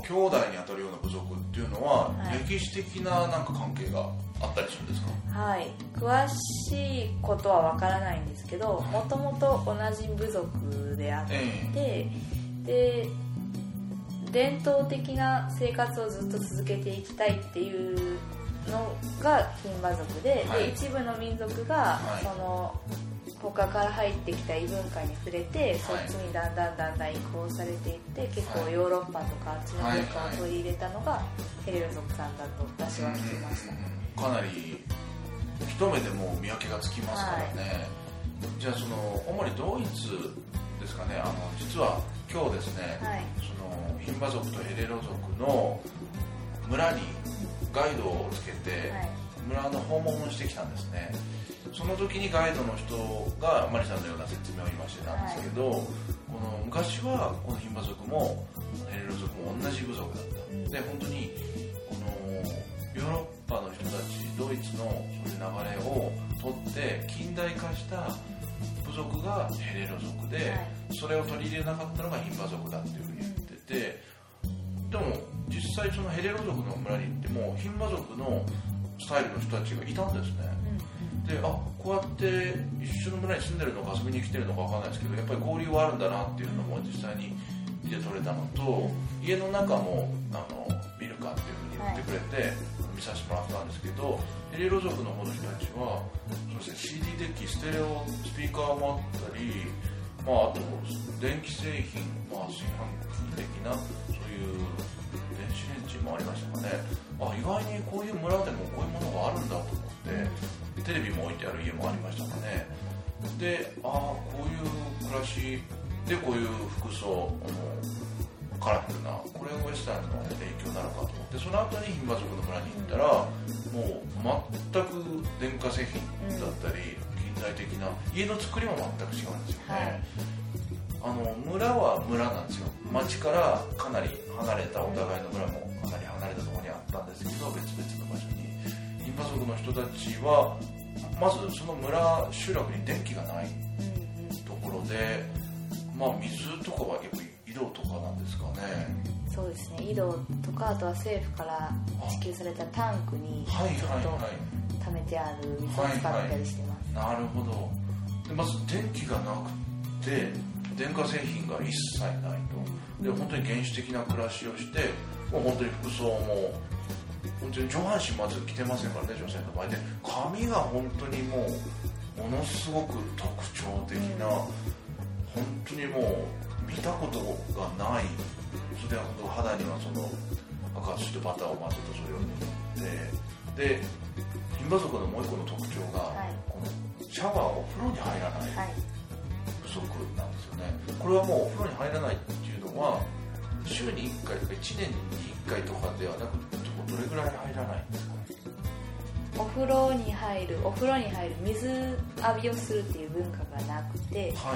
[SPEAKER 2] 兄弟にあたるような部族っていうのは、はい、歴史的ななんか関係があったりするんですか？
[SPEAKER 3] はい、詳しいことはわからないんですけど、もともと同じ部族であって、えー、で伝統的な生活をずっと続けていきたいっていうのが牝馬族 で,、はい、で一部の民族が、はい、その他から入ってきた異文化に触れて、はい、そっちにだんだんだんだん移行されていって、結構ヨーロッパとかあっちの文化を取り入れたのがヘレロ族さんだと私は聞きました。
[SPEAKER 2] かなり一目でもう見分けがつきますからね、はい、じゃあその主にドイツですかね。あの実は今日ですね、はい、その牝馬族とヘレロ族の村にガイドをつけて、はい、村の訪問をしてきたんですね。その時にガイドの人がマリさんのような説明を今してたんですけど、はい、この昔はこの牝馬族もヘレロ族も同じ部族だった、うん、で本当にこのヨーロッパの人たち、ドイツのそういう流れを取って近代化した部族がヘレロ族で、はい、それを取り入れなかったのが牝馬族だっていうふうに言ってて、でも実際そのヘレロ族の村に行っても牝馬族のスタイルの人たちがいたんですね。で、あ、こうやって一緒の村に住んでるのか遊びに来てるのか分かんないですけど、やっぱり交流はあるんだなっていうのも実際に見て取れたのと、家の中もあの見るかっていうふうに言ってくれて、はい、見させてもらったんですけど、ヘレロ族の方の人たちはそうですね、シーディー デッキ、ステレオスピーカーもあったり、まあ、あと電気製品、まあ、炊飯器的なそういう電子レンジもありましたかね。あ、意外にこういう村でもこういうものがあるんだと思って、テレビも置いてある家もありましたかね。で、ああ、こういう暮らしでこういう服装、あのカラフルな、これがウエスタンの影響なのかと思って、その後に牝馬族の村に行ったら、もう全く電化製品だったり、近代的な家の作りも全く違うんですよね、はい、あの村は村なんですよ。町からかなり離れた、お互いの村もかなり離れたところにあったんですけど、別々の場所に牝馬族の人たちはまずその村集落に電気がないところで、まあ、水とかはやっぱり井戸とかなんですかね。
[SPEAKER 3] そうですね、井戸とか、あとは政府から支給されたタンクにずっと溜めてある水を使ったりしてます、
[SPEAKER 2] はいはいはい、なるほど。でまず電気がなくて電化製品が一切ないと。で本当に原始的な暮らしをして、もう本当に服装も本当に上半身まず着てませんからね、女性の場合で。髪が本当にもうものすごく特徴的な、うん、本当にもう見たことがない。それで肌にはその赤土とバターを混ぜたそれを塗って、で牝馬族のもう一個の特徴が、はい、このシャワーお風呂に入らない部族なんですよね。これはもうお風呂に入らないっていうのは週にいっかいとかいちねんにいっかいとかではなくて、どれぐらい入らないんですかね。
[SPEAKER 3] お風呂に入るお風呂に入る水浴びをするっていう文化がなくて、はい、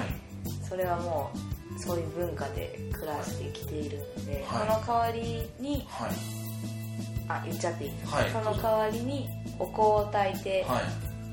[SPEAKER 3] それはもうそういう文化で暮らしてきているので、はい、その代わりに、はい、あ、言っちゃっていいですか、はい、その代わりにお香を焚いて、はい、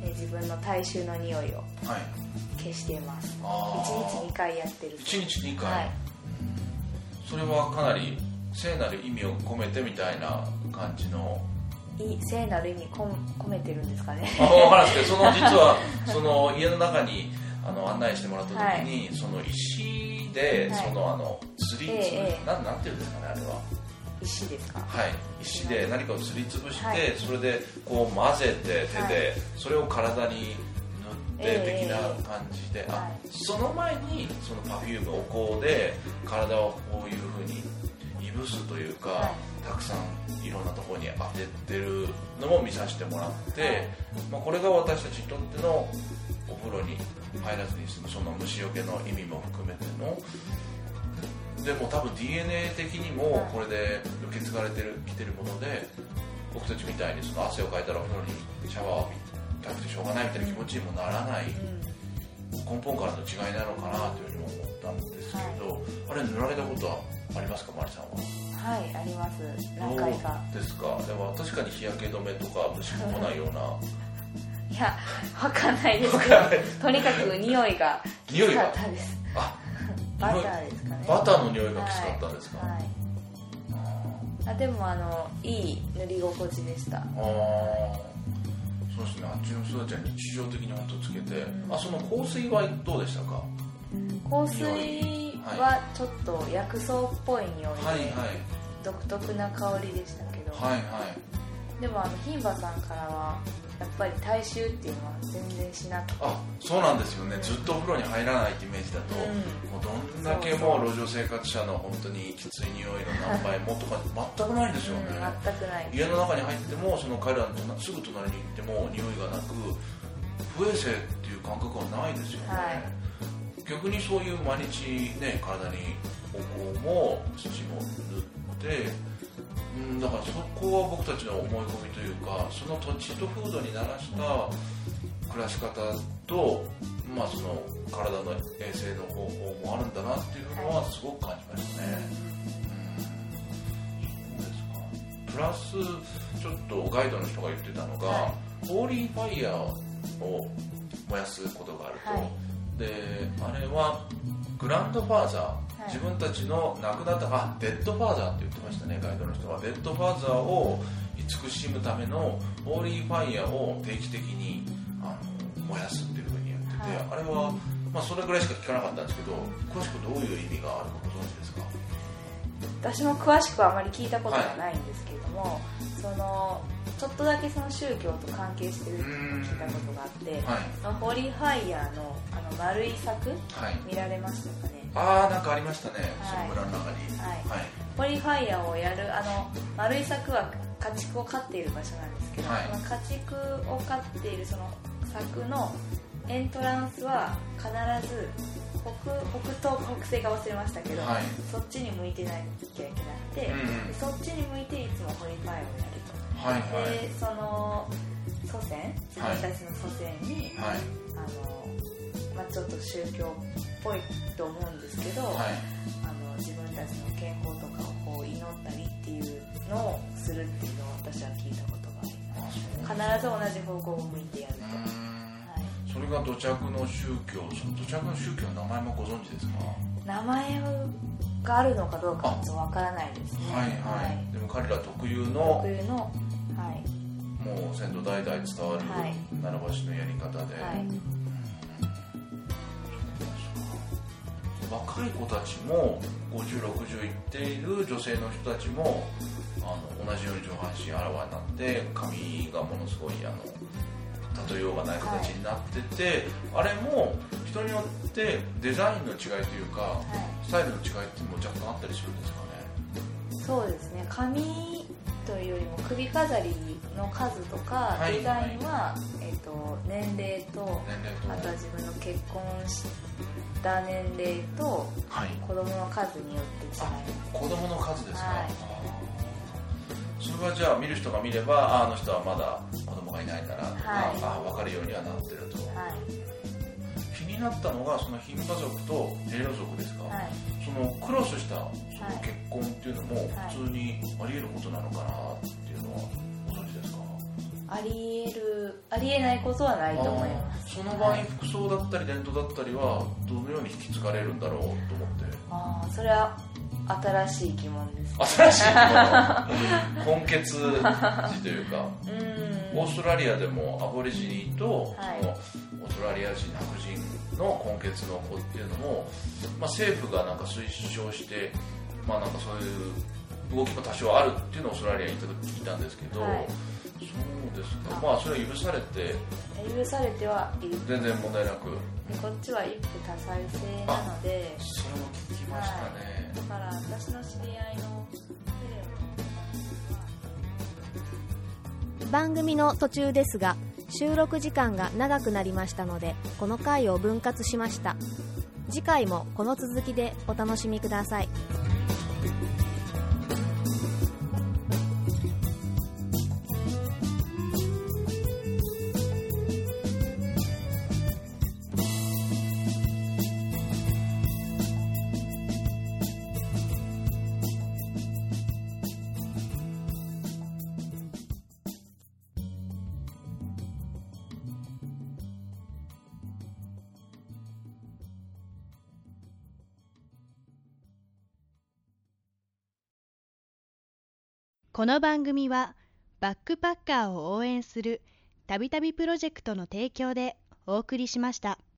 [SPEAKER 3] 自分の体臭の匂いを消しています、はい、いちにちにかいやってる。い
[SPEAKER 2] ちにちにかい、はい、それはかなり聖なる意味を込めてみたいな感じの。
[SPEAKER 3] い聖なる意味込めてるんですかね。
[SPEAKER 2] あ、分からないですけど、その実はその家の中にあの案内してもらった時に、はい、その石で、はい、そのあのすりつぶ、えー、なんなんていうんですかね、あれは。
[SPEAKER 3] 石ですか。
[SPEAKER 2] はい、石で何かをすりつぶして、はい、それでこう混ぜて手で、はい、それを体に塗って的な感じで、えー、あ、はい、その前にそのパフュームお香で体をこういう風にいぶすというか、はい、たくさんいろんなところに当ててるのも見させてもらって、はい、まあ、これが私たちにとってのお風呂に入らずに済むその虫除けの意味も含めての、でも多分 ディーエヌエー 的にもこれで受け継がれてるきてるもので、僕たちみたいにその汗をかいたらお風呂にシャワーを浴びたくてしょうがないみたいな気持ちにもならない、根本からの違いなのかなというふうに思ったんですけど、はい、あれ塗られたことはありますか、マリさんは。
[SPEAKER 3] はい、あります。何回か。
[SPEAKER 2] ですか。でも確かに日焼け止めとか虫も来ないような。
[SPEAKER 3] いや、わかんないですけど、とにかく匂いがきつかったです。
[SPEAKER 2] あ、
[SPEAKER 3] バターですかね。
[SPEAKER 2] バターの匂いがきつかったんですか。はいはい、
[SPEAKER 3] あでもあのいい塗り心地でした。ああ、
[SPEAKER 2] そうですね。あっちの人たちは日常的に本当つけて、うん、あその香水はどうでしたか。
[SPEAKER 3] 香水はちょっと薬草っぽい匂いで、はいはい、独特な香りでしたけど、はいはい、でもあの牝馬さんからはやっぱり体臭っていうのは全然しなくて。
[SPEAKER 2] あ、そうなんですよね。ずっとお風呂に入らないってイメージだと、うん、もうどんだけもう路上生活者の本当にきつい匂いの何倍もとか全くないんですよね。うん、
[SPEAKER 3] 全くない。
[SPEAKER 2] 家の中に入ってもその彼らのすぐ隣に行っても匂いがなく不衛生っていう感覚はないですよね。はい、逆にそういう毎日ね、体にお香も土も塗って、うん、だからそこは僕たちの思い込みというか、その土地と風土に慣らした暮らし方と、まあ、その体の衛生の方法もあるんだなっていうのはすごく感じましたね。うん、そうですか。プラスちょっとガイドの人が言ってたのが、はい、ホーリーファイヤーを燃やすことがあると、はい、であれはグランドファーザー、はい、自分たちの亡くなったあデッドファーザーって言ってましたね、ガイドの人は。デッドファーザーを慈しむためのホーリーファイヤーを定期的にあの燃やすっていうふうに言ってて、はい、あれは、まあ、それぐらいしか聞かなかったんですけど、詳しくどういう意味があるかご存知ですか。
[SPEAKER 3] 私も詳しくはあまり聞いたことがないんですけれども、はい、そのちょっとだけその宗教と関係してるって聞いたことがあって、はい、そのホーリーファイヤー の, あの丸い柵、はい、見られましたかね。
[SPEAKER 2] ああ、なんかありましたね、はい、その村の中に、
[SPEAKER 3] はいはい、ホーリーファイヤーをやるあの丸い柵は家畜を飼っている場所なんですけど、はい、その家畜を飼っているその柵のエントランスは必ず 北, 北東北西か忘れましたけど、はい、そっちに向いてなきゃいけなくて、うん、そっちに向いていつもホーリーファイヤーをやると、はいはい、でその祖先、自分たちの祖先に、はい、あのまあ、ちょっと宗教っぽいと思うんですけど、はい、あの自分たちの健康とかをこう祈ったりっていうのをするっていうのを私は聞いたことがあります。必ず同じ方向を向いてやると、はい、
[SPEAKER 2] それが土着の宗教。その土着の宗教の名前もご存知ですか。
[SPEAKER 3] 名前があるのかどうかちょっとわからないですね。
[SPEAKER 2] はいはい、はい、でも彼ら特有の
[SPEAKER 3] 特有の、はい、
[SPEAKER 2] もう先祖代々伝わる習わしのやり方で、はい、若い子たちもごじゅう、ろくじゅういっている女性の人たちもあの同じように上半身あらわになって髪がものすごいあの例えようがない形になってて、はい、あれも人によってデザインの違いというか、はい、スタイルの違いっていうのも若干あったりするんですかね。
[SPEAKER 3] そうですね、髪というよりも首飾りの数とかデザインは、はいえー、と年齢と、年齢とあとは自分の結婚した年齢と、はい、子供の数によって違います。
[SPEAKER 2] 子供の数ですか、はい、それはじゃあ見る人が見ればあの人はまだ子供がいないからとか、はい、あ分かるようにはなってると、はい、気になったのがその牝馬族とヘイロ族ですか、はい、そのクロスしたその結婚っていうのも普通にあり得ることなのかなっていうのはご存知ですか。
[SPEAKER 3] あり得る、あり得ないことはないと思います。
[SPEAKER 2] その場合、はい、服装だったり伝統だったりはどのように引き継がれるんだろうと思って。
[SPEAKER 3] あそれは新しい疑問です、ね、
[SPEAKER 2] 新しい疑問根血児というかうんオーストラリアでもアボリジニと、はい、そのオーストラリア人白人の根血の子っていうのも、まあ、政府がなんか推奨して、まあ、なんかそういう動きも多少あるっていうのをオーストラリアに行った時聞いたんですけど、はい、そうですか。まあそれは許されて
[SPEAKER 3] 許されてはいる。
[SPEAKER 2] 全然問題なく。
[SPEAKER 3] でこっちは一夫多妻制なので。
[SPEAKER 2] それも聞きましたね。
[SPEAKER 3] はい、だから私の知り合いの
[SPEAKER 4] 番組の途中ですが収録時間が長くなりましたのでこの回を分割しました。次回もこの続きでお楽しみください。
[SPEAKER 5] この番組はバックパッカーを応援するたびたびプロジェクトの提供でお送りしました。